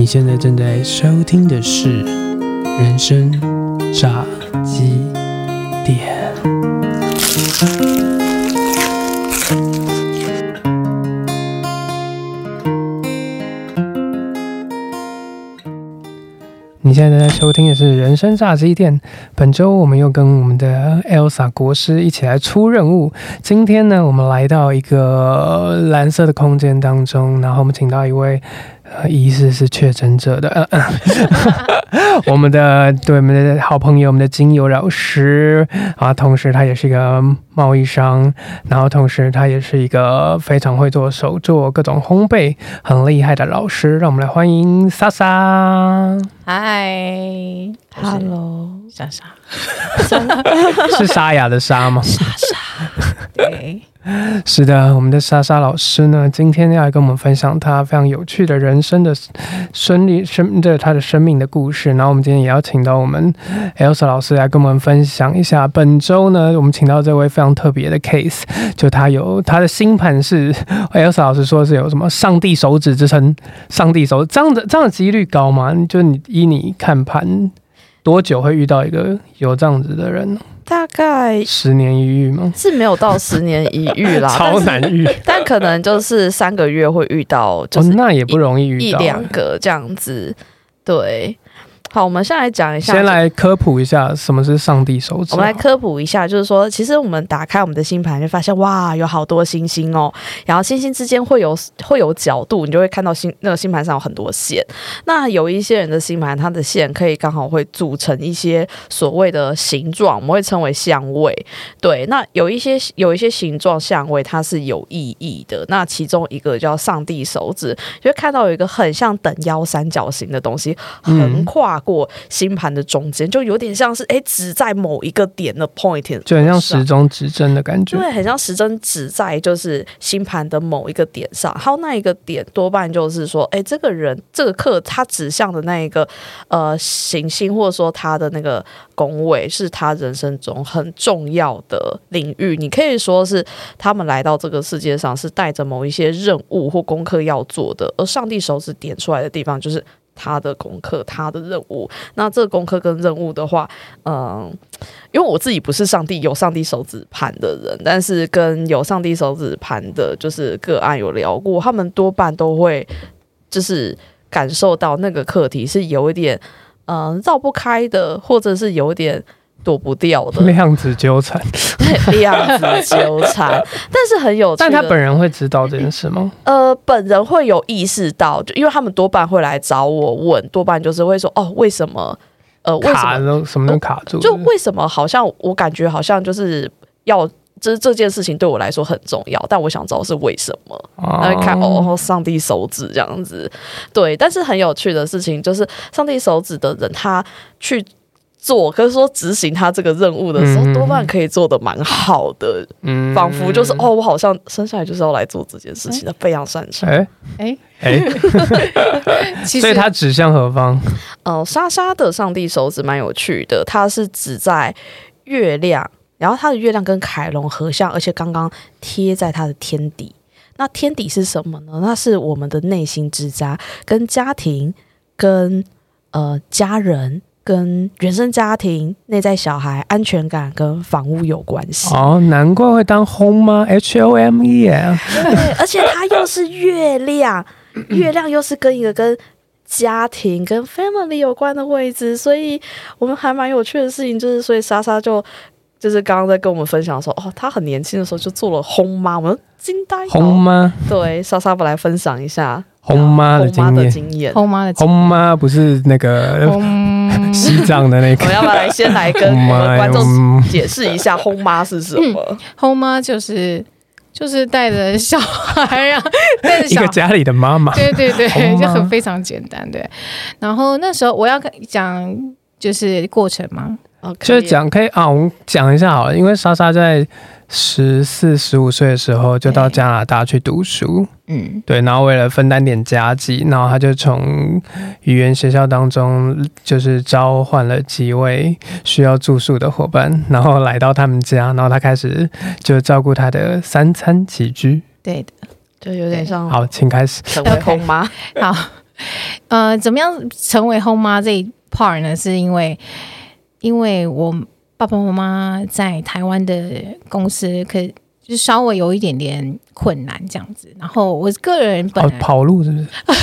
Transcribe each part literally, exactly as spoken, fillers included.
现在正在收听的是人生炸鸡店。你现在在收听的是人生炸鸡店。本周我们又跟我们的 Elsa 国师一起来出任务。今天呢，我们来到一个蓝色的空间当中，然后我们请到一位呃，疑似是确诊者的，呃呃、我们的对我们的好朋友，我们的精油老师啊，同时他也是一个贸易商，然后同时他也是一个非常会做手作、各种烘焙很厉害的老师。让我们来欢迎莎莎。 嗨 ，Hello， 莎莎， 是沙哑的沙吗？ 莎莎，对。 是的，我们的莎莎老师呢，今天要来跟我们分享她非常有趣的人生的生理生的她的生命的故事。然后我们今天也要请到我们 Elsa 老师来跟我们分享一下。本周呢，我们请到这位非常特别的 case， 就他有他的星盘是 Elsa 老师说是有什么上帝手指之称，上帝手指这样的这样的几率高吗？就你依你看盘，多久会遇到一个有这样子的人呢？ 大概十年一遇吗？ 是没有到十年一遇啦， 超难遇， 但, 但可能就是三个月会遇到，就是、 哦、那也不容易遇到一两个这样子。对，好，我们先来讲一下， 先来科普一下什么是上帝手指。 我们来科普一下，就是说，其实我们打开我们的星盘，就发现哇，有好多星星哦，然后星星之间会有会有角度，你就会看到星那个星盘上有很多线。那有一些人的星盘，它的线可以刚好会组成一些所谓的形状，我们会称为相位。对，那有一些有一些形状相位，它是有意义的。那其中一个叫上帝手指，就会看到有一个很像等腰三角形的东西横跨过星盘的中间，就有点像是哎指在某一个点的 point， 就很像时钟指针的感觉。 对，很像时针指在就是星盘的某一个点上。还有那一个点多半就是说，哎，这个人这个课他指向的那一个呃行星，或者说他的那个宫位，是他人生中很重要的领域。你可以说是他们来到这个世界上是带着某一些任务或功课要做的，而上帝手指点出来的地方就是他的功课，他的任务。那这个功课跟任务的话，嗯，因为我自己不是上帝有上帝手指盘的人，但是跟有上帝手指盘的就是个案有聊过，他们多半都会就是感受到那个课题是有一点嗯绕不开的，或者是有点躲不掉的， 量子纠缠， 量子纠缠，但是很有趣的。 但他本人会知道这件事吗？ 呃，本人会有意识到，就因为他们多半会来找我问，多半就是会说哦，为什么？呃，为什么什么都卡住？ 就为什么好像我感觉好像就是要，就是这件事情对我来说很重要，但我想知道是为什么。然后看哦，上帝手指这样子，对。但是很有趣的事情就是，上帝手指的人他去做，可是说执行他这个任务的时候，嗯、多半可以做得蛮好的，嗯，仿佛就是哦，我好像生下来就是要来做这件事情的，非常擅长。哎哎哎， 所以他指向何方？ 呃，莎莎的上帝手指蛮有趣的，它是指在月亮，然后它的月亮跟凯龙合相，而且刚刚贴在它的天底。那天底是什么呢？那是我们的内心之家，跟家庭、跟呃家人。跟原生家庭、内在小孩、安全感跟房屋有关系哦，难怪会当 home 吗 ？H O M E 啊， 对，而且它又是月亮，月亮又是跟一个跟家庭、跟 family 有关的位置，所以我们还蛮有趣的事情，就是所以莎莎就就是刚刚在跟我们分享说，哦，她很年轻的时候就做了 home 妈，我们惊呆了 home 妈， 对，莎莎我来分享一下 home 妈的经验 ，home 妈的经验 ，home 妈不是那个。西藏的那个， 我要不要来先来跟我们观众解释一下轰妈是什么？ 轰妈就是就是带着小孩啊，带着一个家里的妈妈， 对对对，就很非常简单，对。然后那时候我要讲就是过程嘛， 就是讲可以啊，我们讲一下好了，因为莎莎在十四、十五岁的时候就到加拿大去读书，嗯，对，然后为了分担点家计，然后他就从语言学校当中就是召唤了几位需要住宿的伙伴，然后来到他们家，然后他开始就照顾他的三餐起居。 对的， 就有点像。 好，请开始。 成为轰妈。 好。 呃，怎么样成为后妈这一 part 呢？是因为因为我爸爸妈妈在台湾的公司可就稍微有一点点困难这样子，然后我个人本来、 哦、跑路是不是？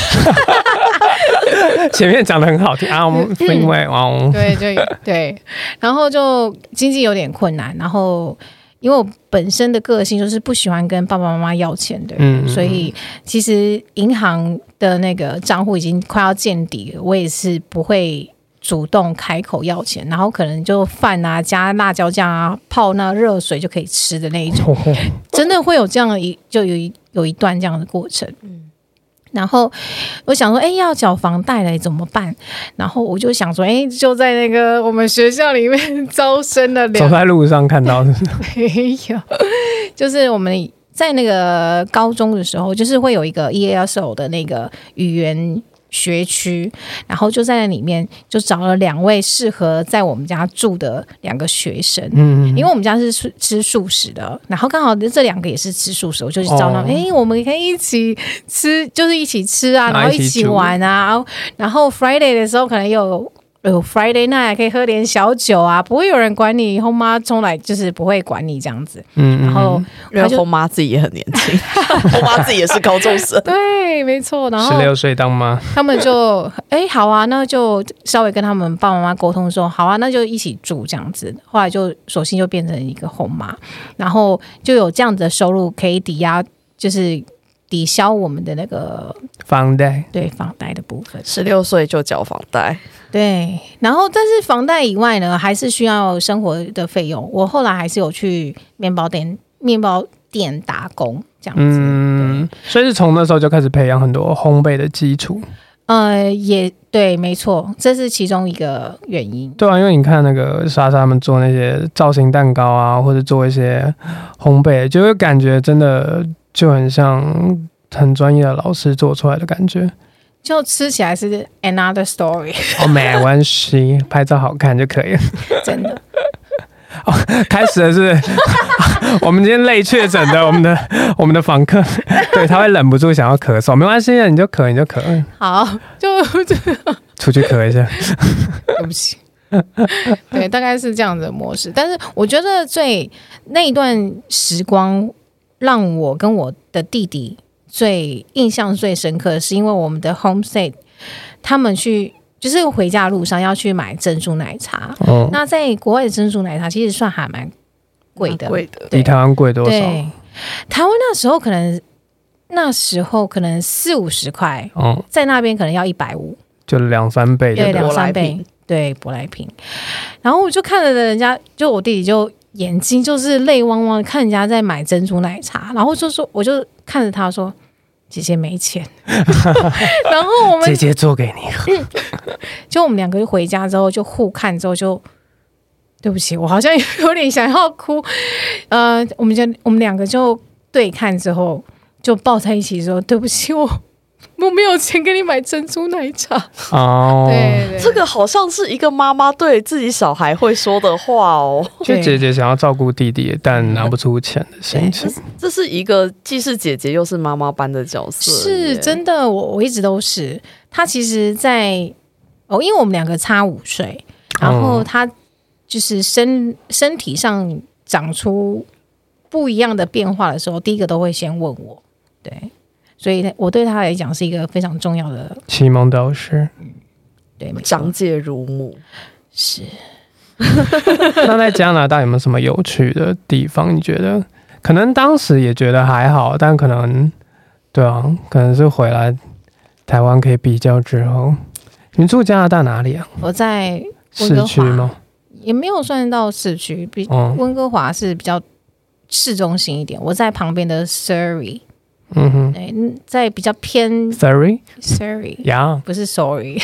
前面讲的很好听啊，我们因为哦， 对对对，然后就经济有点困难，然后因为我本身的个性就是不喜欢跟爸爸妈妈要钱的人，嗯、所以其实银行的那个账户已经快要见底了，我也是不会主动开口要钱，然后可能就饭啊加辣椒酱啊泡那热水就可以吃的那一种，哦、真的会有这样的一就有一有一段这样的过程。嗯，然后我想说，哎，要缴房贷了怎么办？然后我就想说，哎，就在那个我们学校里面招生的， 走在路上看到的， 没有，就是我们在那个高中的时候，就是会有一个 E S O 的那个语言学区，然后就在那里面就找了两位适合在我们家住的两个学生，嗯，因为我们家是吃素食的，然后刚好这两个也是吃素食，我就去找他们，哎、哦，我们可以一起吃，就是一起吃啊，然后一起玩啊，然后 Friday 的时候可能有。有 Friday night 可以喝点小酒啊，不会有人管你，后妈从来就是不会管你这样子。嗯，然后因为后妈自己也很年轻，后妈自己也是高中生， 对，没错。然后十六岁当妈， 他们就哎好啊，那就稍微跟他们爸爸妈妈沟通说，好啊，那就一起住这样子。后来就索性就变成一个后妈，然后就有这样子的收入可以抵押，就是抵消我们的那个房贷， 对房贷的部分。 十六岁就缴房贷。 对，然后但是房贷以外呢，还是需要生活的费用。我后来还是有去面包店、面包店打工这样子。嗯， 所以是从那时候就开始培养很多烘焙的基础。 呃，也对，没错，这是其中一个原因。 对啊，因为你看那个莎莎他们做那些造型蛋糕啊，或者做一些烘焙，就会感觉真的就很像很专业的老师做出来的感觉。 就吃起来是 another story 哦，没关系，拍照好看就可以了。 真的。 哦，开始的是我们今天类确诊的我们的我们的访客，对，他会忍不住想要咳嗽，没关系，你就咳，你就咳。 好，就出去咳一下。 对不起。对，大概是这样的模式。但是我觉得最那一段时光，让我跟我的弟弟。最印象最深刻的是因为我们的 homestay 他们去就是回家的路上要去买珍珠奶茶、哦、那在国外的珍珠奶茶其实算还蛮贵的， 贵的， 比台湾贵多少？ 对，台湾那时候可能那时候可能四五十块、哦、在那边可能要一百五， 就两三倍， 对，两三倍，对，舶来品。然后我就看着人家，就我弟弟就眼睛就是泪汪汪看人家在买珍珠奶茶，然后就说我就看着他说姐姐没钱然后我们姐姐做给你喝、嗯、 就我们两个就回家之后就互看之后就对不起我好像有点想要哭，呃，我们就我们两个就对看之后就抱在一起说对不起我我没有钱给你买珍珠奶茶哦，对对， 这个好像是一个妈妈对自己小孩会说的话哦。 就姐姐想要照顾弟弟，但拿不出钱的心情。 这是一个既是姐姐又是妈妈般的角色， 是真的。我我一直都是。他其实在，哦，因为我们两个差五岁，然后他就是身身体上长出不一样的变化的时候，第一个都会先问我，对。所以我对他来讲是一个非常重要的启蒙导师， 对， 长姐如母是。 那在加拿大有没有什么有趣的地方？你觉得可能当时也觉得还好，但可能对啊，可能是回来台湾可以比较之后。你住加拿大哪里啊？ 我在温哥华， 市区吗？ 也没有算到市区，比温哥华是比较市中心一点。我在旁边的 Surrey。嗯哼，对，在比较偏 Sorry Sorry 呀、yeah. 不是 Sorry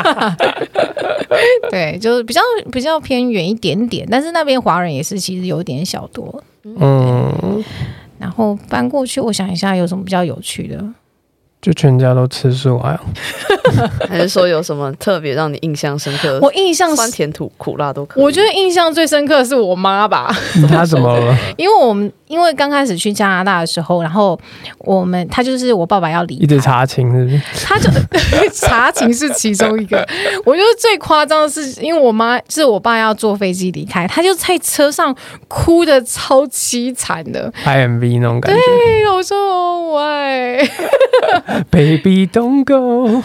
对，就是比较比较偏远一点点，但是那边华人也是其实有点小多，嗯，然后搬过去，我想一下有什么比较有趣的， 就全家都吃素啊还是说有什么特别让你印象深刻的？ 我印象酸甜苦苦辣都可以。 我觉得印象最深刻的是我妈吧。 她怎么了？ 因为我们因为刚开始去加拿大的时候，然后我们他就是我爸爸要离开， 一直查情是不是？ 他就查情是其中一个。我觉得最夸张的是，因为我妈就是我爸要坐飞机离开，他就在车上哭的超凄惨的， 拍 M V 那种感觉。 对，我说我爱 Baby don't go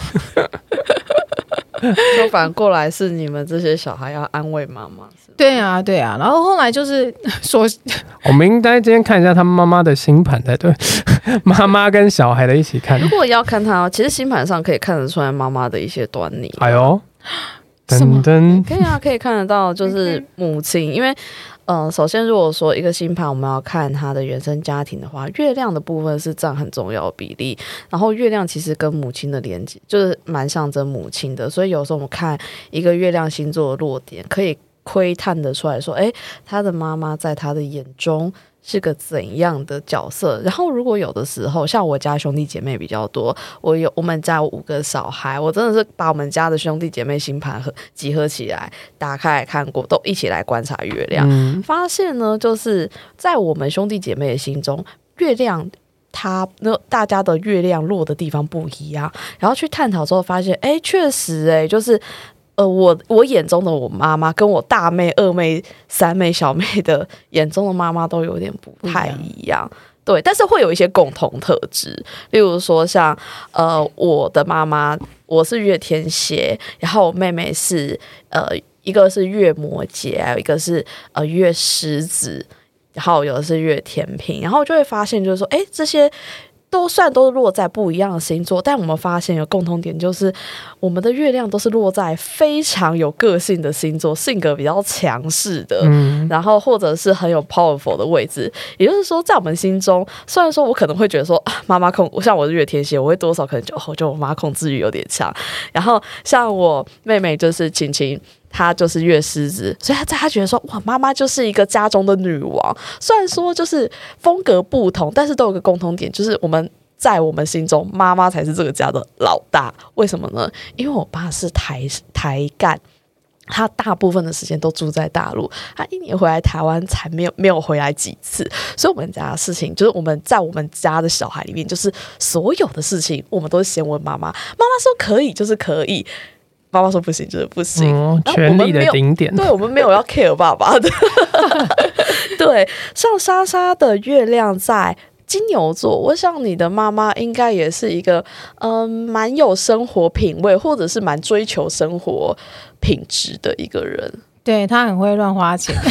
就反过来是你们这些小孩要安慰妈妈。 对啊对啊，然后后来就是说我们应该今天看一下他们妈妈的星盘才对，妈妈跟小孩的一起看。 如果要看他，其实星盘上可以看得出来妈妈的一些端倪。 哎呦，噔噔， 可以啊，可以看得到，就是母亲，因为呃，首先如果说一个星盘我们要看他的原生家庭的话，月亮的部分是占很重要的比例，然后月亮其实跟母亲的连接就是蛮象征母亲的，所以有时候我们看一个月亮星座的落点，可以窥探得出来说，哎，他的妈妈在他的眼中是个怎样的角色。然后如果有的时候像我家兄弟姐妹比较多，我有我们家有五个小孩，我真的是把我们家的兄弟姐妹星盘和集合起来打开来看过，都一起来观察月亮、嗯、发现呢就是在我们兄弟姐妹的心中，月亮它那大家的月亮落的地方不一样，然后去探讨之后发现，哎，确实哎，就是呃，我我眼中的我妈妈跟我大妹、二妹、三妹、小妹的眼中的妈妈都有点不太一样，对，但是会有一些共同特质，例如说像呃，我的妈妈我是月天蝎，然后我妹妹是呃，一个是月摩羯，还有一个是呃月狮子，然后有的是月天秤，然后就会发现就是说，哎，这些都算都落在不一样的星座，但我们发现有共同点，就是我们的月亮都是落在非常有个性的星座，性格比较强势的、嗯、然后或者是很有 powerful 的位置。也就是说在我们心中，虽然说我可能会觉得说、啊、妈妈控像我是月天蝎，我会多少可能就哦，就我妈控制欲有点强，然后像我妹妹就是晴晴，她就是月狮子，所以她她觉得说哇，妈妈就是一个家中的女王。虽然说就是风格不同，但是都有个共同点，就是我们在我们心中，妈妈才是这个家的老大。为什么呢？因为我爸是台台干，他大部分的时间都住在大陆，他一年回来台湾才没有没有回来几次，所以我们家的事情就是我们在我们家的小孩里面，就是所有的事情我们都是先问妈妈，妈妈说可以就是可以。妈妈说不行就是不行、 嗯、权力的顶点。 对，我们没有要 care 爸爸的对，像莎莎的月亮在金牛座，我想你的妈妈应该也是一个嗯蛮有生活品味，或者是蛮追求生活品质的一个人。 对，他很会乱花钱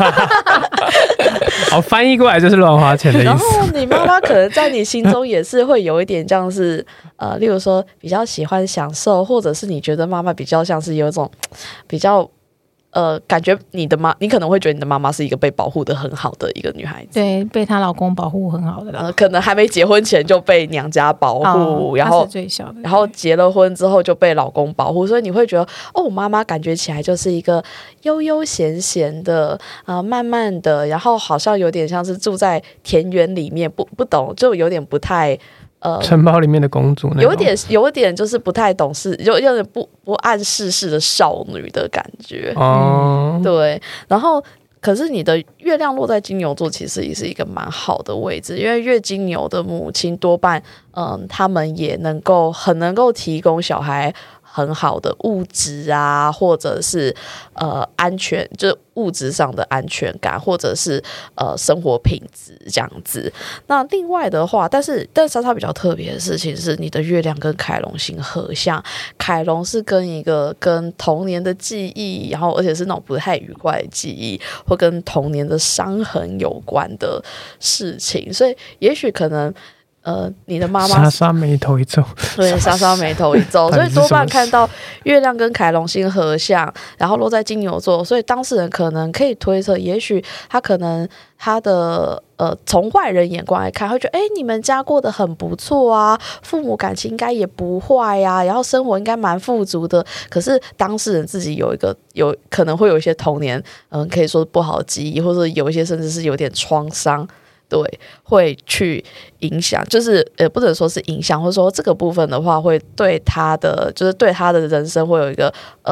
好，翻译过来就是乱花钱的意思。 然后你妈妈可能在你心中也是会有一点像是呃，例如说比较喜欢享受，或者是你觉得妈妈比较像是有一种比较呃，感觉你的妈，你可能会觉得你的妈妈是一个被保护的很好的一个女孩子， 对，被她老公保护很好的、 呃，可能还没结婚前就被娘家保护， 哦、 然后是最小的， 然后结了婚之后就被老公保护，所以你会觉得哦，我妈妈感觉起来就是一个悠悠闲闲的，呃，慢慢的，然后好像有点像是住在田园里面，不不懂，就有点不太。呃， 城堡里面的公主那种， 有点有点就是不太懂事，有有点不不谙世事的少女的感觉。哦、嗯，对。然后，可是你的月亮落在金牛座，其实也是一个蛮好的位置，因为月金牛的母亲多半，嗯，他们也能够很能够提供小孩很好的物质啊，或者是呃安全，就是物质上的安全感，或者是呃生活品质这样子。那另外的话，但是但莎莎比较特别的事情是，你的月亮跟凯龙星合相，凯龙是跟一个跟童年的记忆，然后而且是那种不太愉快的记忆，或跟童年的伤痕有关的事情，所以也许可能。呃，你的妈妈莎莎眉头一皱， 对，莎莎眉头一皱，所以多半看到月亮跟凯龙星合相，然后落在金牛座，所以当事人可能可以推测，也许他可能他的呃，从外人眼光来看，会觉得哎，你们家过得很不错啊，父母感情应该也不坏呀、啊，然后生活应该蛮富足的。可是当事人自己有一个有可能会有一些童年，嗯、呃，可以说不好的记忆，或者有一些甚至是有点创伤。对，会去影响，就是呃，不能说是影响，或者说这个部分的话，会对他的，就是对他的人生会有一个呃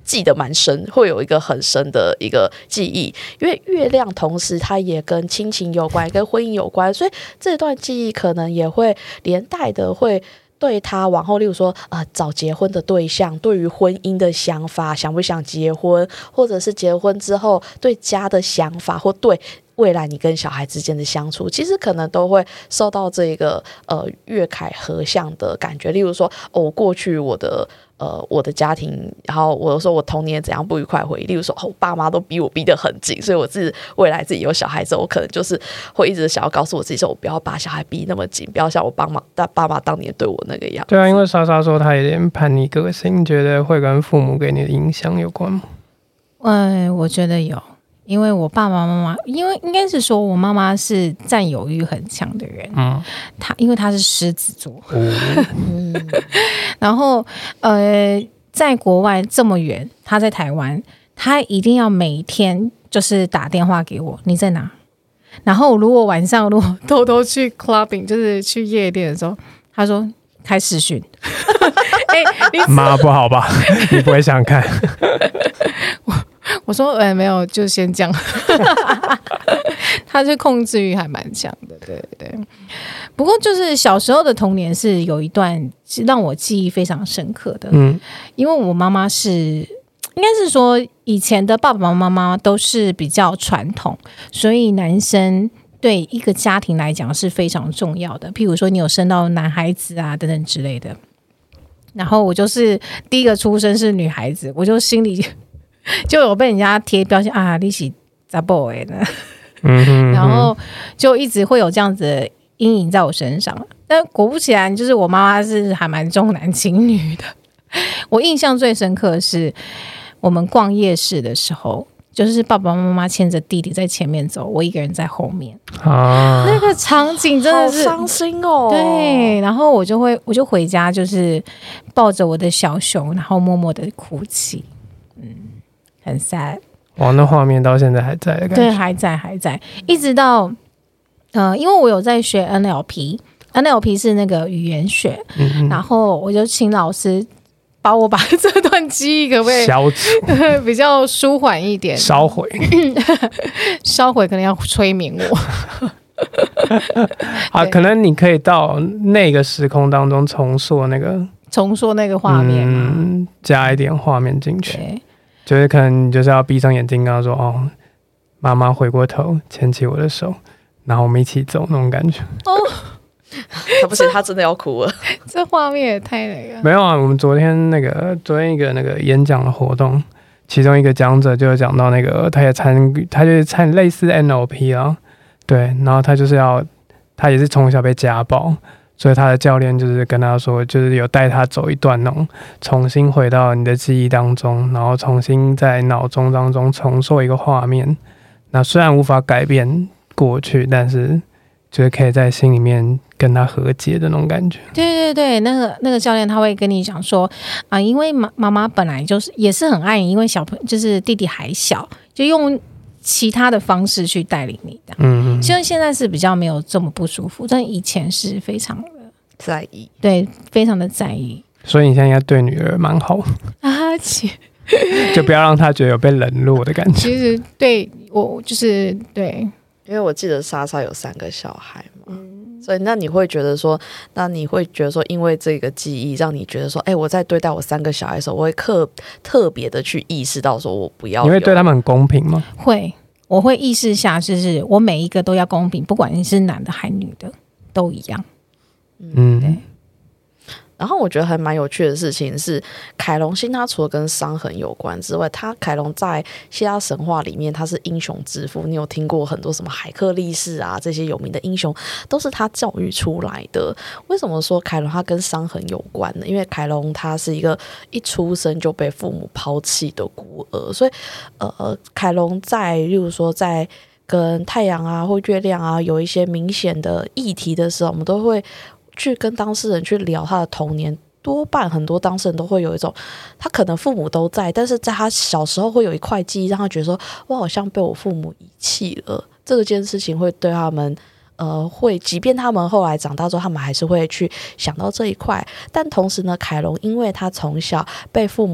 记得蛮深，会有一个很深的一个记忆，因为月亮同时它也跟亲情有关，跟婚姻有关，所以这段记忆可能也会连带的会对他往后，例如说呃找结婚的对象，对于婚姻的想法，想不想结婚，或者是结婚之后对家的想法，或对未来你跟小孩之间的相处，其实可能都会受到这个呃月凯合相的感觉。例如说，哦，过去我的呃我的家庭，然后我说我童年怎样不愉快回忆，例如说，哦，我爸妈都逼我逼得很紧，所以我自己未来自己有小孩之后，我可能就是会一直想要告诉我自己说，我不要把小孩逼那么紧，不要像我爸妈爸妈当年对我那个样子。 对啊，因为莎莎说她有点叛逆个性，你觉得会跟父母给你的影响有关吗？ 嗯，我觉得有。因为我爸爸妈妈，因为应该是说我妈妈是占有欲很强的人，嗯，她因为她是狮子座，嗯，然后呃，在国外这么远，她在台湾，她一定要每天就是打电话给我，你在哪？然后如果晚上如果偷偷去 clubbing， 就是去夜店的时候，她说开视讯， 欸，妈不好吧？你不会想看？ 我说，哎，没有，就先这样。他是控制欲还蛮强的，对对。不过就是小时候的童年是有一段是让我记忆非常深刻的，嗯，因为我妈妈是，应该是说以前的爸爸妈妈都是比较传统，所以男生对一个家庭来讲是非常重要的。譬如说你有生到男孩子啊等等之类的，然后我就是第一个出生是女孩子，我就心里就有被人家贴标签啊，你是查某的呢，嗯哼嗯哼，然后就一直会有这样子的阴影在我身上。但果不其然，就是我妈妈是还蛮重男轻女的。我印象最深刻的是我们逛夜市的时候，就是爸爸妈妈牵着弟弟在前面走，我一个人在后面啊，那个场景真的是好伤心哦。 对，然后我就会我就回家，就是抱着我的小熊，然后默默的哭泣，嗯，很 sad。 哇，那画面到现在还在的感觉。 对，还在还在，一直到呃，因为我有在学 N L P，N L P 是那个语言学，嗯嗯，然后我就请老师把我把这段记忆可不可以消除比较舒缓一点， 烧毁， 烧毁可能要催眠我。 啊，可能你可以到那个时空当中重塑那个重塑那个画面嘛， 嗯，加一点画面进去。就是可能你就是要闭上眼睛，跟他说：“哦，妈妈回过头，牵起我的手，然后我们一起走。”那种感觉。哦， 他不行，他真的要哭了。 这画面也太那个。 没有啊，我们昨天那个昨天一个那个演讲的活动，其中一个讲者就有讲到那个，他也参与，他就是参类似 N L P 啊，对，然后他就是要，他也是从小被家暴。所以他的教练就是跟他说，就是有带他走一段那种重新回到你的记忆当中，然后重新在脑中当中重塑一个画面。那虽然无法改变过去，但是就是可以在心里面跟他和解的那种感觉。 对对对，那个那个教练他会跟你讲说啊、呃，因为妈妈妈本来就是也是很爱你，因为小朋友就是弟弟还小，就用其他的方式去带领你的。嗯嗯，虽然现在是比较没有这么不舒服，但以前是非常的在意， 对，非常的在意。 所以你现在应该对女儿蛮好啊，其就不要让她觉得有被冷落的感觉。 其实对我就是对， 因为我记得莎莎有三个小孩嘛。嗯，所以那你会觉得说，那你会觉得说，因为这个记忆让你觉得说，哎、欸，我在对待我三个小孩的时候，我会特特别的去意识到说我不要。 你会对他们很公平吗？ 会，我会意识下，就是我每一个都要公平，不管你是男的还女的，都一样。 嗯，对。然后我觉得还蛮有趣的事情是，凯龙星他除了跟伤痕有关之外，他凯龙在希腊神话里面他是英雄之父。你有听过很多什么海克力士啊这些有名的英雄都是他教育出来的。为什么说凯龙他跟伤痕有关呢？因为凯龙他是一个一出生就被父母抛弃的孤儿，所以呃，凯龙在例如说在跟太阳啊或月亮啊有一些明显的议题的时候，我们都会去跟当事人去聊他的童年，多半很多当事人都会有一种，他可能父母都在，但是在他小时候会有一块记忆让他觉得说，我好像被我父母遗弃了。这件事情会对他们呃，会即便他们后来长大之后，他们还是会去想到这一块。但同时呢，凯龙因为他从小被父母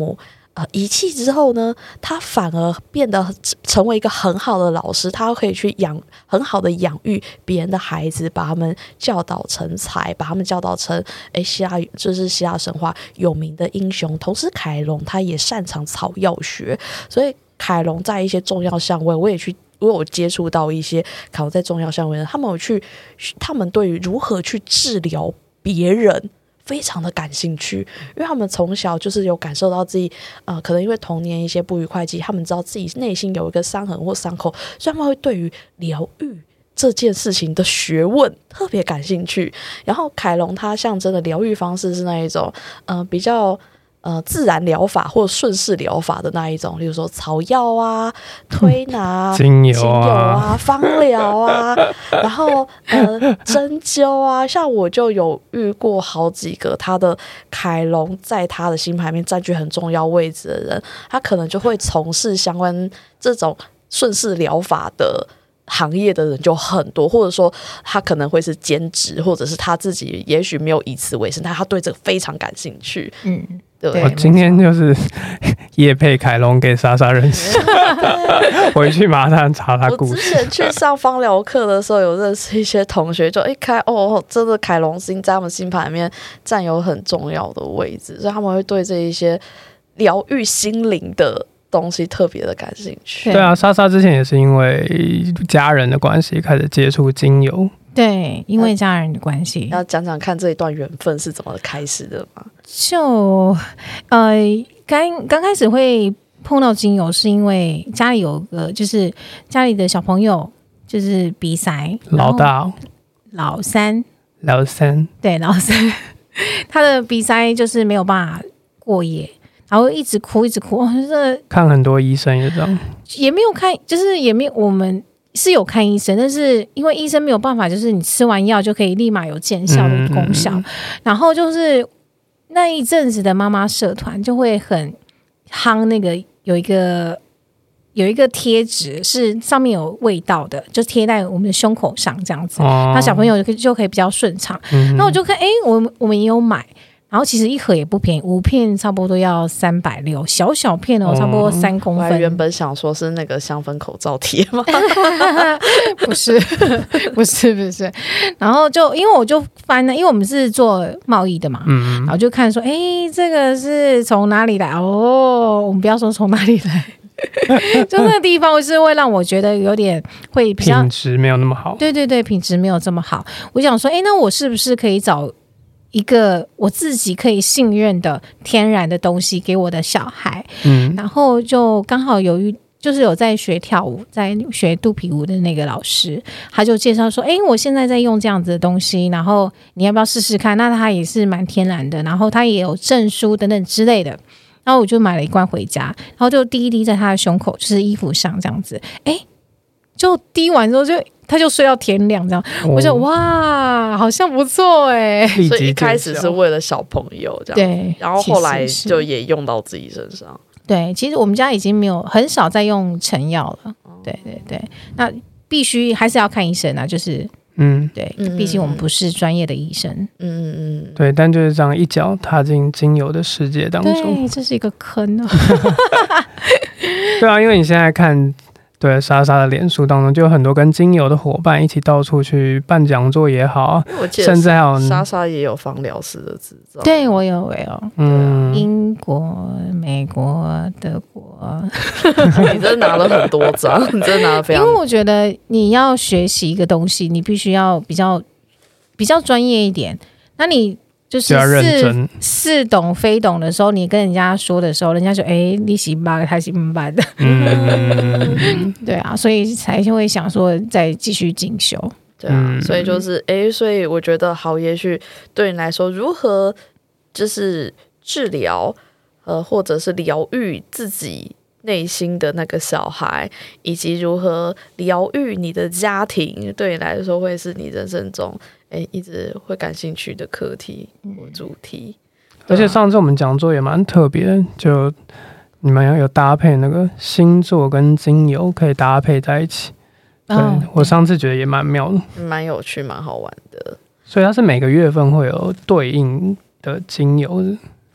呃遗弃之后呢，他反而变得成为一个很好的老师，他可以去养很好的养育别人的孩子，把他们教导成才，把他们教导成诶希腊就是希腊神话有名的英雄。同时凯龙他也擅长草药学，所以凯龙在一些重要相位，我也去。我有接触到一些凯龙在重要相位，他们有去，他们对于如何去治疗别人非常的感兴趣，因为他们从小就是有感受到自己，呃，可能因为童年一些不愉快记忆，他们知道自己内心有一个伤痕或伤口，所以他们会对于疗愈这件事情的学问特别感兴趣。然后凯龙他象征的疗愈方式是那一种，呃，比较。呃，自然疗法或顺势疗法的那一种，例如说草药啊、推拿、 精油啊、 精油啊、芳疗啊，然后呃针灸啊，像我就有遇过好几个他的凯龙在他的星盘里面占据很重要位置的人，他可能就会从事相关这种顺势疗法的行业的人就很多，或者说他可能会是兼职，或者是他自己也许没有以此为生，但他对这个非常感兴趣。嗯。对， 我今天就是业配凯龙给莎莎认识，回去马上查他故事。 我之前去上芳疗课的时候，有认识一些同学，就一开哦，真的凯龙星在他们星盘里面占有很重要的位置，所以他们会对这一些疗愈心灵的东西特别的感兴趣。 对啊，莎莎之前也是因为家人的关系开始接触精油。 对，因为家人的关系， 要讲讲看这一段缘分是怎么开始的吗？ 就呃，刚刚开始会碰到精油，是因为家里有个，就是家里的小朋友就是鼻塞， 老大、哦、 老三， 老三， 对，老三，他的鼻塞就是没有办法过夜，然后一直哭，一直哭，就是看很多医生也这样， 也没有看，就是也没有我们。是有看医生，但是因为医生没有办法，就是你吃完药就可以立马有见效的功效。嗯嗯嗯，然后就是那一阵子的妈妈社团就会很夯，那个有一个有一个贴纸是上面有味道的，就贴在我们的胸口上这样子，那、哦、小朋友就可以就可以比较顺畅。嗯嗯，那我就看，哎，我们我们也有买。然后其实一盒也不便宜，五片差不多要三百六，小小片哦，差不多三公分。 我原本想说是那个香氛口罩贴吗？ 不是，不是，不是。然后就因为我就翻了，因为我们是做贸易的嘛，嗯，然后就看说，哎，这个是从哪里来？哦，我们不要说从哪里来。就那个地方是会让我觉得有点会比较品质没有那么好， 对对对，品质没有这么好。我想说，哎，那我是不是可以找一个我自己可以信任的天然的东西给我的小孩？嗯，然后就刚好有一就是有在学跳舞，在学肚皮舞的那个老师，他就介绍说，哎，我现在在用这样子的东西，然后你要不要试试看？那他也是蛮天然的，然后他也有证书等等之类的。然后我就买了一罐回家，然后就滴一滴在他的胸口，就是衣服上这样子，哎，就滴完之后就他就睡到天亮这样，哦、我就哇，好像不错哎。 所以一开始是为了小朋友这样， 对， 然后后来就也用到自己身上。 对，其实我们家已经没有很少在用成药了，哦、对对对，那必须还是要看医生啊，就是。嗯，对，毕竟我们不是专业的医生。嗯嗯嗯，对，但就是这样一脚踏进精油的世界当中， 对，这是一个坑啊。 对啊，因为你现在看，对莎莎的脸书当中，就有很多跟精油的伙伴一起到处去办讲座也好，甚至还有莎莎也有芳疗师的执照。 对，我有，我有。嗯，英国、美国、德国。 你真的拿了很多张，你真的拿了非常。 因为我觉得你要学习一个东西，你必须要比较比较专业一点。那你就是似似懂非懂的时候，你跟人家说的时候，人家说：“哎，你是吧？他是明白的。”嗯，对啊，所以才会想说再继续进修。 对啊，嗯、所以就是哎，所以我觉得好，也许对你来说，如何就是治疗。呃，或者是疗愈自己内心的那个小孩，以及如何疗愈你的家庭，对你来说会是你人生中诶一直会感兴趣的课题或主题。 而且上次我们讲座也蛮特别的，就你们要有搭配那个星座跟精油可以搭配在一起。对、哦、我上次觉得也蛮妙的， 蛮有趣，蛮好玩的。 所以它是每个月份会有对应的精油的。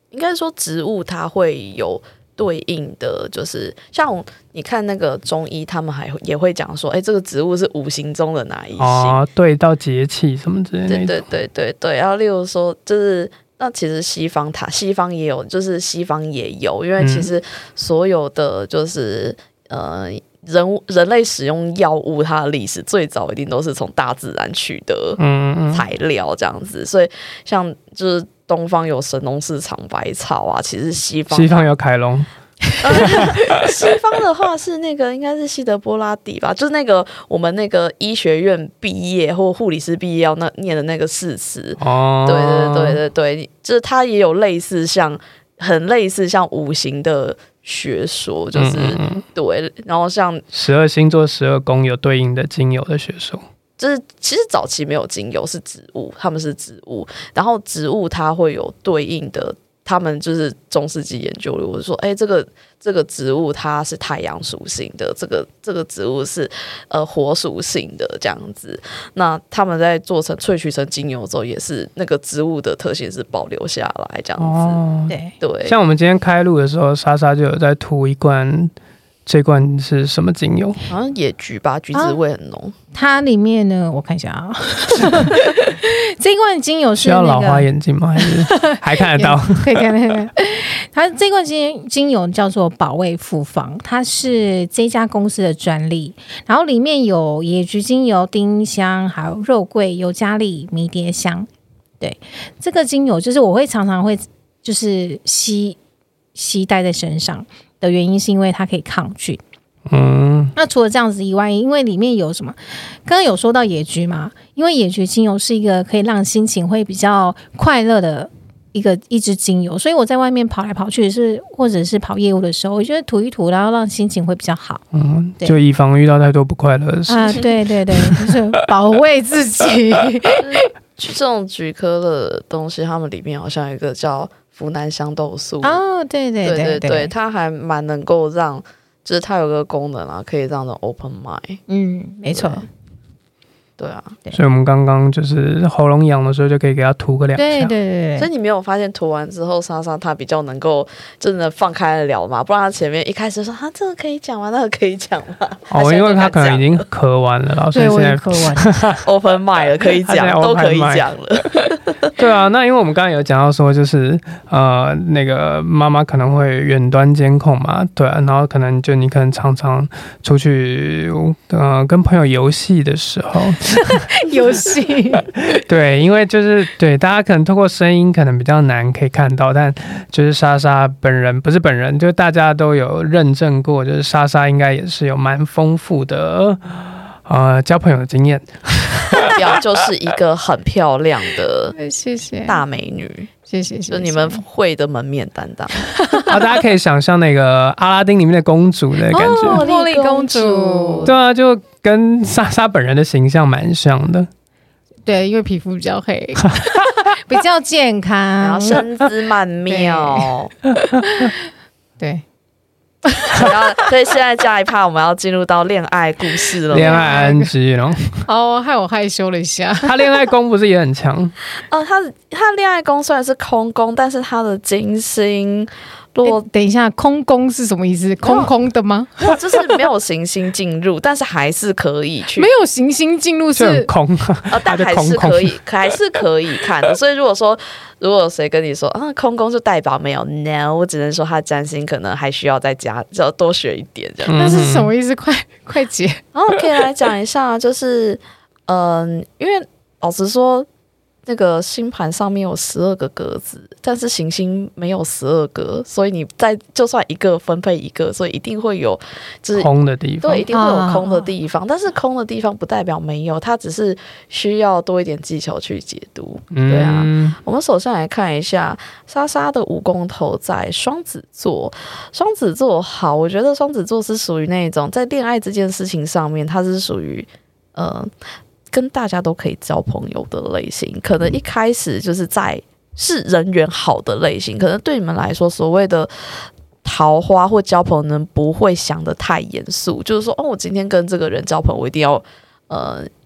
应该说植物它会有对应的，就是像你看那个中医，他们还也会讲说，哎，这个植物是五行中的哪一行？ 哦，对到节气什么之类的。 对对对对对。然后例如说，就是那其实西方它西方也有，就是西方也有，因为其实所有的就是、嗯、呃。人人类使用药物，它的历史最早一定都是从大自然取得材料这样子，所以像就是东方有神农氏尝百草啊，其实西方西方有凯龙。 西方的话是那个应该是西德波拉底吧，就是那个我们那个医学院毕业或护理师毕业要那念的那个誓词。哦，对对对对对，就是它也有类似像很类似像五行的学说，就是、嗯嗯嗯对，然后像十二星座、十二宫有对应的精油的学说， 就是其实早期没有精油，是植物，他们是植物，然后植物它会有对应的。他们就是中世纪研究的，我就说，哎，这个这个植物它是太阳属性的，这个这个植物是呃火属性的这样子。那他们在做成萃取成精油之后，也是那个植物的特性是保留下来这样子。哦、对对。 像我们今天开录的时候，莎莎就有在涂一罐。这罐是什么精油？ 好像野菊吧，橘子味很浓、啊。 它里面呢，我看一下啊，这罐精油是、那个、 需要老花眼镜吗？还是还看得到？ 可以看得到。它这罐精精油叫做保卫复方，它是这家公司的专利。然后里面有野菊精油、丁香，还有肉桂、尤加利、迷迭香。对，这个精油就是我会常常会就是吸吸带在身上。的原因是因为它可以抗菌。嗯，那除了这样子以外，因为里面有什么？刚刚有说到野菊嘛，因为野菊精油是一个可以让心情会比较快乐的一个一支精油，所以我在外面跑来跑去是或者是跑业务的时候，我觉得涂一涂，然后让心情会比较好。嗯， 就以防遇到太多不快乐的事情。 啊，对对对，就是保卫自己。 这种菊科的东西，它们里面好像有一个叫湖南香豆素哦，对对对, 对对对，它还蛮能够让，就是它有个功能啊，可以让人 open mind。 嗯，没错。 对啊， 所以我们刚刚就是喉咙痒的时候，就可以给它涂个两下。 对对对。 所以你没有发现涂完之后，莎莎她比较能够真的放开了聊嘛？不然她前面一开始说啊，这个可以讲吗？那个可以讲吗？ 哦，因为她可能已经咳完了，然后所以现在咳完 open mind 了，可以讲，都可以讲了。 对啊，那因为我们刚刚有讲到说，就是呃，那个妈妈可能会远端监控嘛，对啊，然后可能就你可能常常出去呃跟朋友游戏的时候。 游戏对，因为就是对大家可能透过声音可能比较难可以看到，但就是莎莎本人不是本人，就大家都有认证过，就是莎莎应该也是有蛮丰富的呃交朋友的经验。 代表就是一个很漂亮的谢谢大美女， 谢谢， 就你们会的门面担当。 啊，大家可以想象那个阿拉丁里面的公主的感觉， 哦，茉莉公主， 对啊，就跟莎莎本人的形象蛮像的。 对，因为皮肤比较黑，比较健康， 然后身姿曼妙。 对。 然后，所以现在下一趴我们要进入到恋爱故事了。 恋爱 I N G 咯。 哦，害我害羞了一下。 他恋爱宫不是也很强？ 哦，他他恋爱宫虽然是空宫，但是他的金星落、 欸。等一下，空宫是什么意思？空空的吗？ 就是没有行星进入，但是还是可以去。 没有行星进入是很空啊，但还是可以，还是可以看的。所以如果说。如果谁跟你说啊空宫就代表没有 ，no， 我只能说他占星可能还需要再加，就要多学一点这样。 那是什么意思？快快解！ 然后可以来讲一下，就是嗯、呃，因为老实说，那个星盘上面有十二个格子，但是行星没有十二个，所以你在就算一个分配一个，所以一定会有就是空的地方， 对，一定会有空的地方。啊、但是空的地方不代表没有，它只是需要多一点技巧去解读。嗯、对啊，我们首先来看一下莎莎的五宫头在双子座。双子座好，我觉得双子座是属于那种在恋爱这件事情上面，它是属于呃。跟大家都可以交朋友的类型，可能一开始就是在是人缘好的类型，可能对你们来说，所谓的桃花或交朋友呢，不会想得太严肃，就是说，哦，我今天跟这个人交朋友，我一定要呃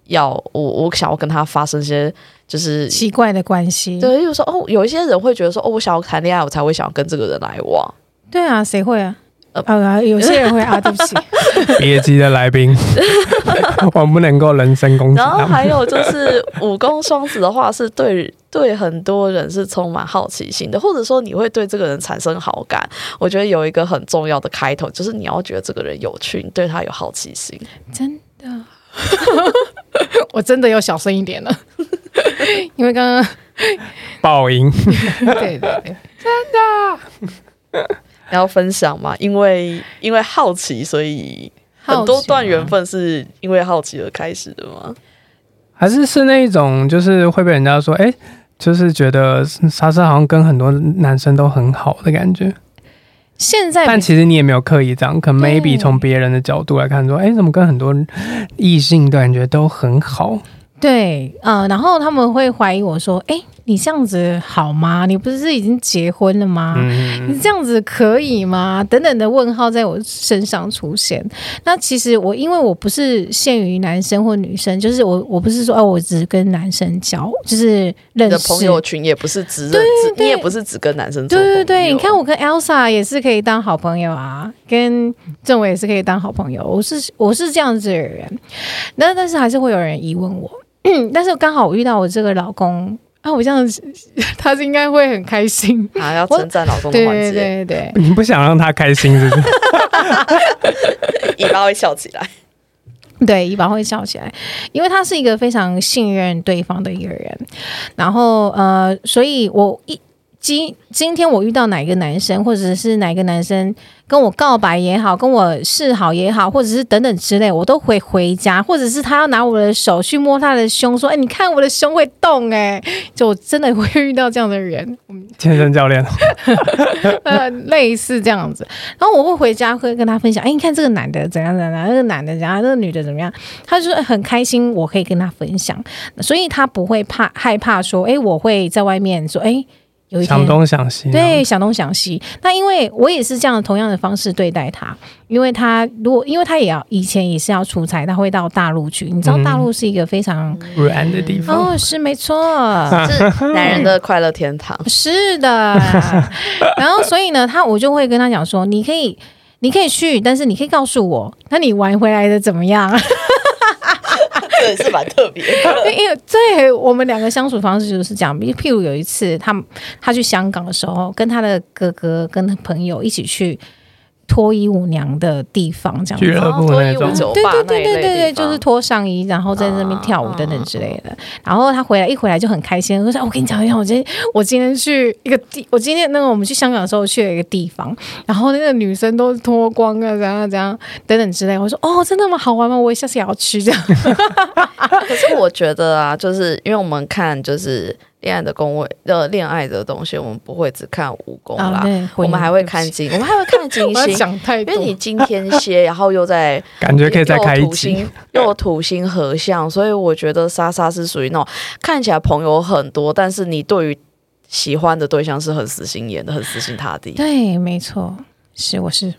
要我我想要跟他发生一些就是奇怪的关系。 对，就是说哦，有一些人会觉得说哦，我想要谈恋爱，我才会想要跟这个人来往。 对啊，谁会啊？呃、啊，有些人会啊，对不起。 别急的来宾，我不能够人身攻击。 然后还有就是五宫双子的话，是对对很多人是充满好奇心的，或者说你会对这个人产生好感。我觉得有一个很重要的开头，就是你要觉得这个人有趣，你对他有好奇心。 真的，我真的有小声一点了，因为刚刚爆音。 对对对，真的。你要分享吗？因为因为好奇，所以很多段缘分是因为好奇而开始的吗？ 还是是那一种，就是会被人家说，哎、欸，就是觉得莎莎好像跟很多男生都很好的感觉。 现在， 但其实你也没有刻意这样，可能 maybe 从别人的角度来看，说，哎、欸，怎么跟很多异性的感觉都很好？ 对，呃，然后他们会怀疑我说，哎、欸，你这样子好吗？你不是已经结婚了吗？嗯、你这样子可以吗？等等的问号在我身上出现。那其实我因为我不是限于男生或女生，就是我我不是说哦，我只跟男生交，就是认识。你的朋友群也不是只认识，你也不是只跟男生做朋友。对对对，你看我跟 Elsa 也是可以当好朋友啊，跟郑伟也是可以当好朋友。我是我是这样子的人，那但是还是会有人疑问我。但是刚好我遇到我这个老公啊，我这样子，他是应该会很开心啊，要称赞老公的环节。 对对对， 你不想让他开心是不是？ 尾巴会笑起来， 对，尾巴会笑起来，因为他是一个非常信任对方的一个人。然后呃，所以我一今今天我遇到哪个男生，或者是哪个男生跟我告白也好，跟我示好也好，或者是等等之类，我都会回家，或者是他要拿我的手去摸他的胸，说：“哎、欸，你看我的胸会动。”哎，就真的会遇到这样的人， 健身教练， 呃，类似这样子。然后我会回家会跟他分享：“哎、欸，你看这个男的怎样怎样，那个男的怎样，那个女的怎么样？”他就很开心，我可以跟他分享，所以他不会怕害怕说：“哎、欸，我会在外面说，哎、欸。”有一天想东想西， 对，想东想西。那因为我也是这样同样的方式对待他，因为他如果因为他也要以前也是要出差，他会到大陆去。你知道大陆是一个非常软的地方、 嗯、哦，是没错， 是男人的快乐天堂。 是的。然后所以呢，他我就会跟他讲说，你可以你可以去，但是你可以告诉我，那你玩回来的怎么样？ 对，是蛮特别的。 因为对我们两个相处方式就是这样。譬如有一次，他他去香港的时候，跟他的哥哥跟朋友一起去脱衣舞娘的地方，这样子。 俱乐部那种， 对对对对对对，就是脱上衣，然后在那边跳舞等等之类的。啊、然后他回来一回来就很开心，说：“我跟你讲一下，我今天我今天去一个地，我今天那个我们去香港的时候去了一个地方，然后那个女生都脱光啊，怎样怎样等等之类。”我说：“哦，真的吗？好玩吗？我也下次也要去这样。” 可是我觉得啊，就是因为我们看就是恋爱的宫位的恋爱的东西，我们不会只看五宫啦、啊，我们还会看金，我们还会看金星。 想太多， 因为你金天蝎，然后又在感觉可以再开一集， 又有土星合相，所以我觉得莎莎是属于那种看起来朋友很多，但是你对于喜欢的对象是很死心眼的，很死心塌地。 对，没错。是，我是，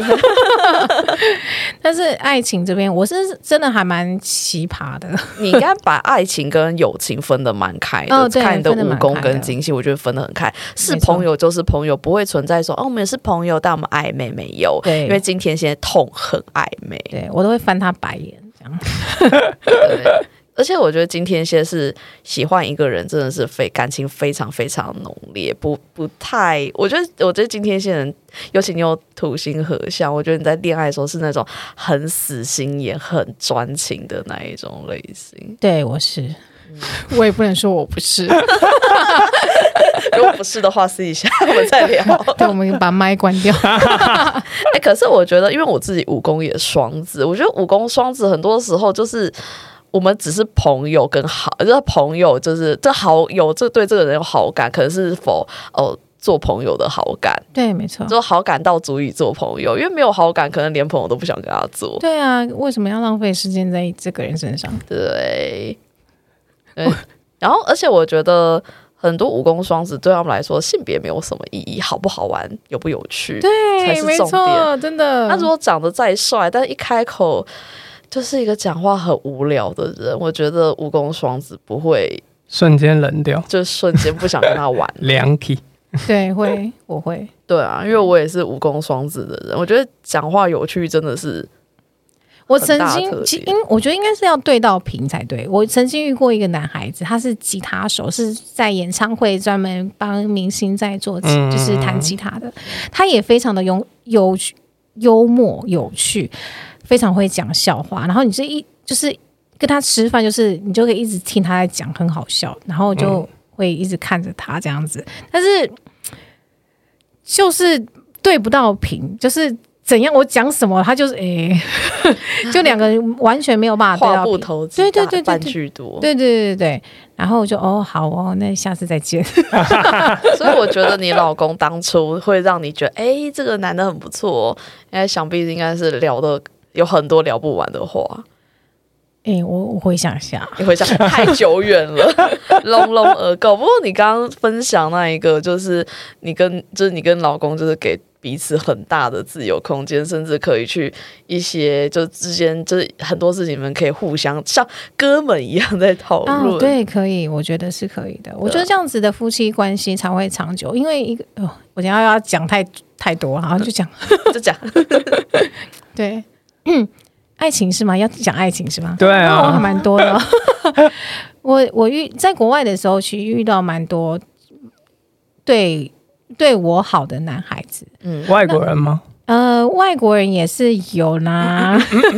但是爱情这边，我是真的还蛮奇葩的。 你应该把爱情跟友情分得蛮开的，哦、看你的武功跟金星，我觉得分得很开。是朋友就是朋友，不会存在说哦，我们也是朋友，但我们暧昧没有。对，因为今天现在痛恨暧昧， 对我都会翻他白眼这样。 对。而且我觉得金天蝎是喜欢一个人，真的是非感情非常非常浓烈，不不太。我觉得，我觉得金天蝎人，尤其你有土星合相，我觉得你在恋爱的时候是那种很死心眼、很专情的那一种类型。 对，我是，嗯、我也不能说我不是。 如果不是的话，私底下我们再聊。 对，我们把麦关掉。 哎、欸，可是我觉得，因为我自己武功也双子，我觉得武功双子很多时候就是。我们只是朋友跟好，就是朋友，就是这好友，这对这个人有好感，可能是否哦做朋友的好感， 对，没错， 就好感到足以做朋友，因为没有好感，可能连朋友都不想跟他做。 对啊，为什么要浪费时间在这个人身上？ 对，对，然后而且我觉得很多武功双子对他们来说，性别没有什么意义，好不好玩，有不有趣， 对， 才是重点。 没错，真的。 他如果长得再帅，但是一开口。 就是一个讲话很无聊的人，我觉得蜈蚣双子不会瞬间冷掉， 就瞬间不想跟他玩凉气。 对，会，我会。 对啊，因为我也是蜈蚣双子的人，我觉得讲话有趣真的是我曾经，因我觉得应该是要对到频才对。我曾经遇过一个男孩子，他是吉他手，是在演唱会专门帮明星在做，嗯、就是弹吉他的。他也非常的有有幽默有趣，非常会讲笑话。然后你这一就是跟他吃饭，就是你就可以一直听他在讲，很好笑，然后就会一直看着他这样子。但是就是对不到频，就是怎样我讲什么他就是诶、欸，就两个人完全没有办法对到频， 话不投机， 对对对对半句多， 对对对对。然后我就哦好哦，那下次再见。 所以我觉得你老公当初会让你觉得哎、欸，这个男的很不错、哦，因为想必应该是聊的有很多聊不完的话。 哎、欸，我我回想一下， 你回想太久远了，long long ago。不过你刚刚分享那一个，就是你跟就是你跟老公就是给彼此很大的自由空间，甚至可以去一些就之间就是很多事情，你们可以互相像哥们一样在讨论、 哦。对，可以，我觉得是可以的。我觉得这样子的夫妻关系才会长久，因为一个哦，我等一下要讲太太多，然后就讲就讲对。嗯爱情是吗？要讲爱情是吗？ 对啊， 我还蛮多的、哦。我我遇在国外的时候，其实遇到蛮多对对我好的男孩子。 嗯，外国人吗？ 呃，外国人也是有啦，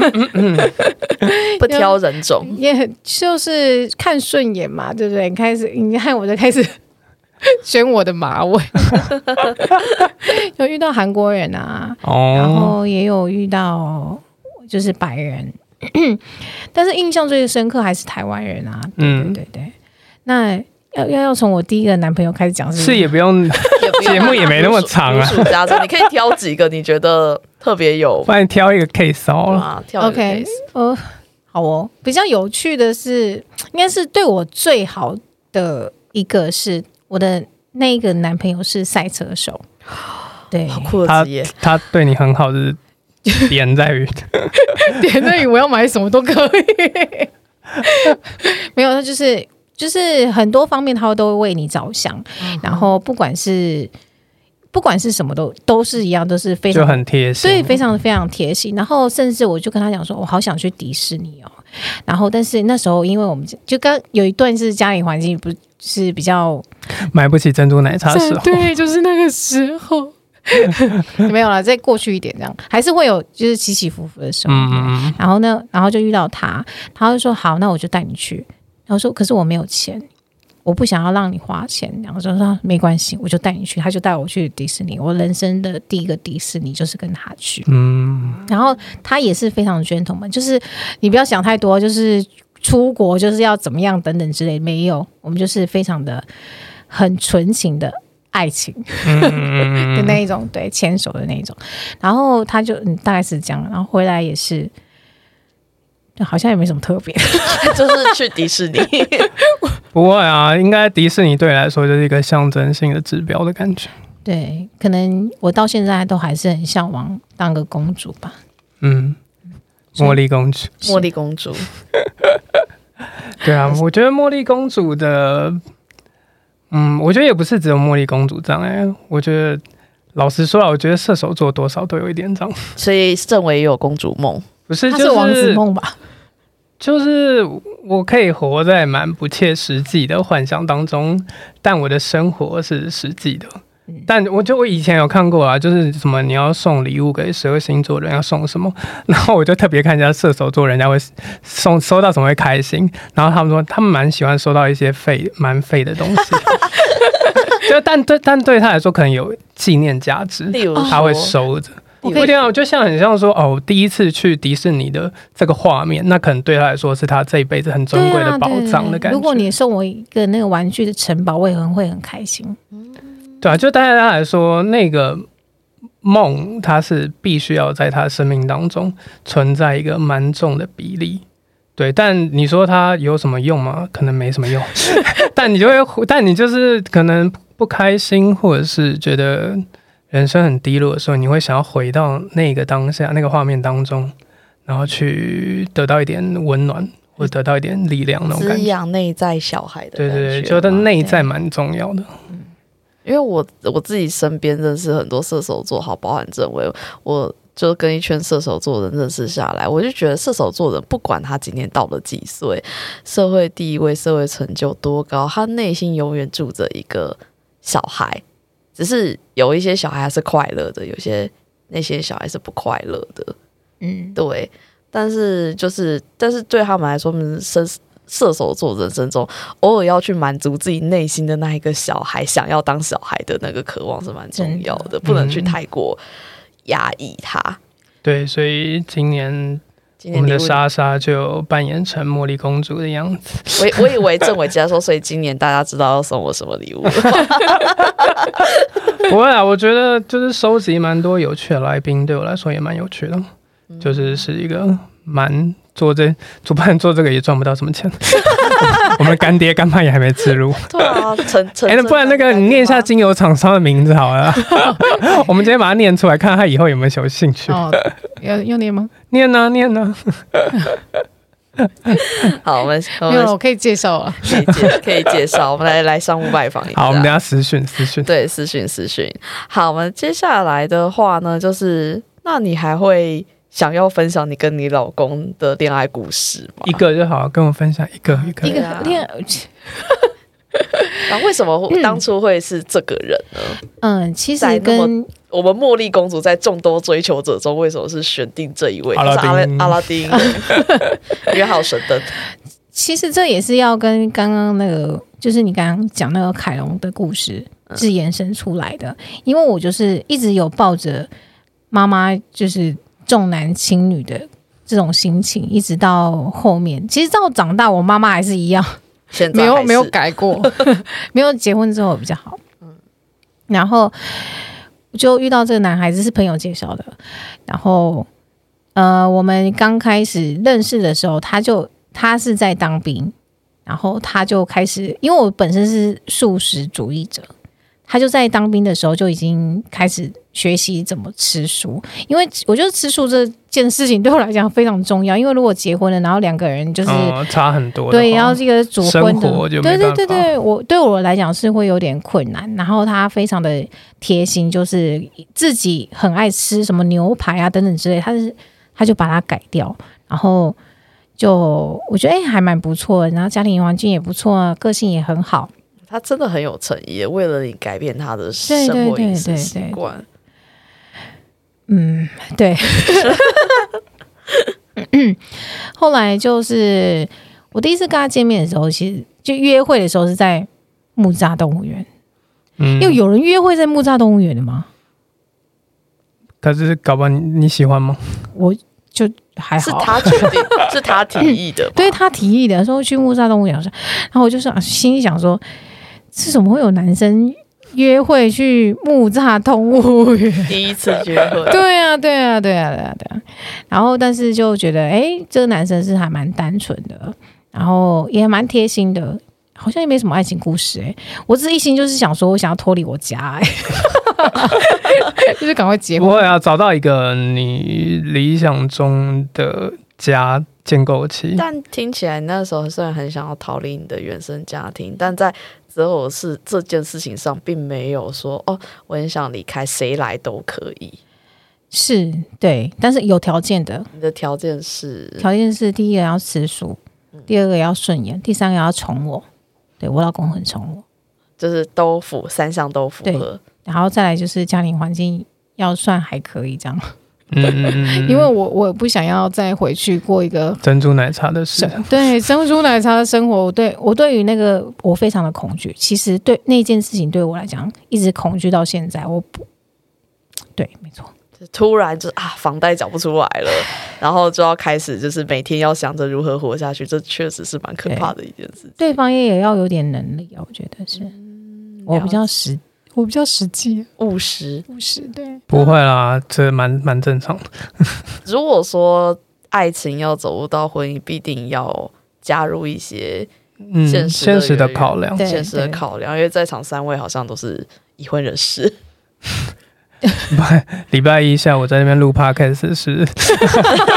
不挑人种， 也就是看顺眼嘛，对不对？开始你看我就开始卷我的马尾，有遇到韩国人啊，哦、然后也有遇到。就是白人，但是印象最深刻还是台湾人啊！对对对对，嗯、那要要要从我第一个男朋友开始讲， 是也不用，节目也没那么长啊。 你可以挑几个你觉得特别有， 不然挑一个 case 好了。啊、 挑一个 case， 呃，好哦。比较有趣的是，应该是对我最好的一个是我的那个男朋友是赛车手，对， 好酷的职业， 他他对你很好是。点在于， 点在于我要买什么都可以，没有，他就是就是很多方面他都会为你着想，嗯、然后不管是不管是什么都都是一样，都是非常就很贴心， 对，非常非常贴心。然后甚至我就跟他讲说，我好想去迪士尼哦。然后但是那时候因为我们就刚有一段是家里环境不是比较买不起珍珠奶茶的时候， 对，就是那个时候。没有啦，再过去一点，这样还是会有就是起起伏伏的时候。嗯、然后呢，然后就遇到他，他就说好，那我就带你去。然后说可是我没有钱，我不想要让你花钱。然后就说没关系，我就带你去。他就带我去迪士尼，我人生的第一个迪士尼就是跟他去。嗯，然后他也是非常 gentleman， 就是你不要想太多，就是出国就是要怎么样等等之类，没有，我们就是非常的很纯情的。爱情的那一种，对，牵手的那一种，然后他就嗯大概是这样，然后回来也是，好像也没什么特别， 就是去迪士尼。 不会啊，应该迪士尼对你来说就是一个象征性的指标的感觉。 对，可能我到现在都还是很向往当个公主吧。 嗯，茉莉公主， 茉莉公主。 对啊，我觉得茉莉公主的。嗯，我觉得也不是只有茉莉公主这样哎、欸，我觉得老实说了，我觉得射手座多少都有一点这样。 所以郑伟也有公主梦， 不是？ 就是王子梦吧？ 就是我可以活在蛮不切实际的幻想当中，但我的生活是实际的。嗯、但我就我以前有看过啊，就是什么你要送礼物给十二星座人要送什么，然后我就特别看一下射手座人家会送收到什么会开心，然后他们说他们蛮喜欢收到一些废蛮废的东西，就但对但对他来说可能有纪念价值，例如他会收着。我不一定，就像很像说哦，第一次去迪士尼的这个画面，那可能对他来说是他这一辈子很尊贵的宝藏的感觉。 如果你送我一个那个玩具的城堡，我也很会很开心。 对啊，就对他来说，那个梦它是必须要在他生命当中存在一个蛮重的比例。对，但你说它有什么用吗？可能没什么用。但你就会，但你就是可能不开心，或者是觉得人生很低落的时候，你会想要回到那个当下、那个画面当中， 然后去得到一点温暖，或者得到一点力量那种感觉， 滋养内在小孩的感觉。 对对对，觉得内在蛮重要的。 因为我我自己身边认识很多射手座，好包含正位，我就跟一圈射手座人认识下来，我就觉得射手座人不管他今年到了几岁，社会地位、社会成就多高，他内心永远住着一个小孩，只是有一些小孩是快乐的，有些那些小孩是不快乐的，嗯，对。但是就是，但是对他们来说，射射手座人生中偶尔要去满足自己内心的那一个小孩想要当小孩的那个渴望是蛮重要的，不能去太过压抑他。对， 所以今年我们的莎莎就扮演成茉莉公主的样子。 我我以为郑伟接说，所以今年大家知道要送我什么礼物了。 不会啊，我觉得就是收集蛮多有趣的来宾，对我来说也蛮有趣的，嗯、就是是一个蛮做这主办做这个也赚不到什么钱。我们干爹干妈也还没置入。 对啊，陈陈、欸， 不然那个你念一下精油厂商的名字好了。我们今天把它念出来，看他以后有没有有兴趣。 哦，要要念吗？ 念啊念啊。 好，我们没有，我可以介绍啊， 可以介可以介绍，我们来来商务拜访一下。 好，我们等一下私讯私讯， 对，私讯私讯。好，我们接下来的话呢，就是那你还会想要分享你跟你老公的恋爱故事吗？ 一个就好，跟我分享一个一个一个恋爱。 啊，为什么当初会是这个人呢？嗯， 其实跟我们茉莉公主在众多追求者中，为什么是选定这一位？ 阿拉丁， 阿拉丁，约好神灯。 其实这也是要跟刚刚那个，就是你刚刚讲那个凯龙的故事是延伸出来的。因为我就是一直有抱着妈妈就是重男轻女的这种心情，一直到后面，其实到长大，我妈妈还是一样。没有没有改过，没有结婚之后比较好。嗯，然后就遇到这个男孩子是朋友介绍的，然后呃，我们刚开始认识的时候，他就他是在当兵，然后他就开始，因为我本身是素食主义者，他就在当兵的时候就已经开始学习怎么吃素，因为我觉得吃素这件事情对我来讲非常重要，因为如果结婚了，然后两个人就是、 嗯、差很多， 对，然后这个主婚的， 就对对对对，我对我来讲是会有点困难。然后他非常的贴心，就是自己很爱吃什么牛排啊等等之类，他是他就把它改掉，然后就我觉得哎、欸、还蛮不错的，然后家庭环境也不错，个性也很好。 他真的很有诚意，为了你改变他的生活饮食习惯。 嗯，对。后来就是我第一次跟他见面的时候，其实就约会的时候是在木栅动物园。嗯，又有人约会在木栅动物园的吗？ 可是搞不好 你, 你喜欢吗？ 我就还好， 是他决定，是他提议的、嗯， 对他提议的，说去木栅动物园，然后我就说心里想说，是怎么会有男生约会去木栅动物园？ 第一次约会， 对啊，对啊，对啊，对啊，对啊。然后，但是就觉得，哎，这个男生是还蛮单纯的，然后也蛮贴心的，好像也没什么爱情故事、欸。哎，我只是一心就是想说，我想要脱离我家、欸，就是赶快结婚。 不会啊，找到一个你理想中的家。建构期， 但听起来那时候虽然很想要逃离你的原生家庭，但在择偶是这件事情上，并没有说哦，我很想离开，谁来都可以。 是，对，但是有条件的。 你的条件是？ 条件是第一个要吃素，第二个要顺眼，第三个要宠我。对，我老公很宠我， 就是都符，三项都符合。 然后再来就是家庭环境要算还可以这样。 嗯， 因为我我不想要再回去过一个珍珠奶茶的事， 对珍珠奶茶的生活，我对我对于那个我非常的恐惧。其实对那件事情对我来讲，一直恐惧到现在。我不对，没错， 突然就啊，房贷缴不出来了，然后就要开始就是每天要想着如何活下去，这确实是蛮可怕的一件事情。 对方也要有点能力啊，我觉得是，嗯、我比较实。我比较实际、 务实、 务实，对， 不会啦，这蛮蛮正常的。 如果说爱情要走入到婚姻，必定要加入一些现实 的,、 嗯、现实的考量， 现实的考量，因为在场三位好像都是已婚人士。 礼拜一下午在那边录 podcast 是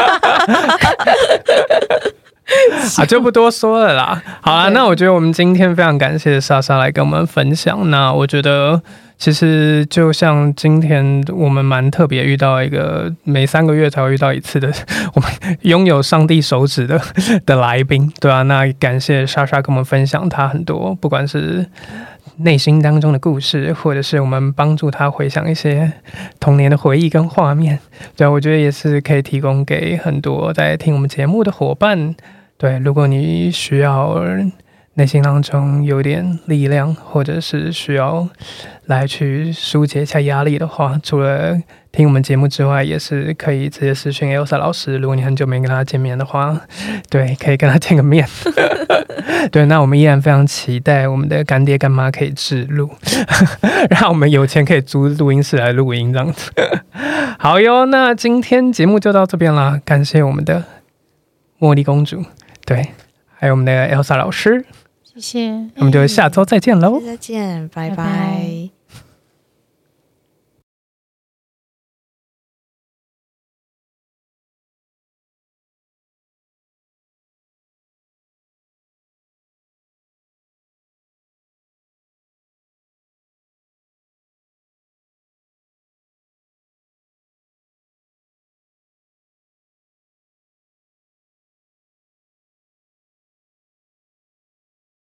啊，就不多说了啦。好啦，那我觉得我们今天非常感谢莎莎来跟我们分享。那我觉得其实就像今天我们蛮特别遇到一个每三个月才会遇到一次的，我们拥有上帝手指的的来宾，对啊，那感谢莎莎跟我们分享她很多，不管是内心当中的故事，或者是我们帮助他回想一些童年的回忆跟画面，对，我觉得也是可以提供给很多在听我们节目的伙伴。对，如果你需要内心当中有点力量，或者是需要来去疏解一下压力的话，除了听我们节目之外，也是可以直接私讯 Elsa 老师。如果你很久没跟他见面的话，对，可以跟他见个面。对，那我们依然非常期待我们的干爹干妈可以置入，让我们有钱可以租录音室来录音这样子。好哟，那今天节目就到这边啦，感谢我们的茉莉公主，对，还有我们的 Elsa 老师， 谢谢， 我们就下周再见喽， 再见，拜拜。 拜拜。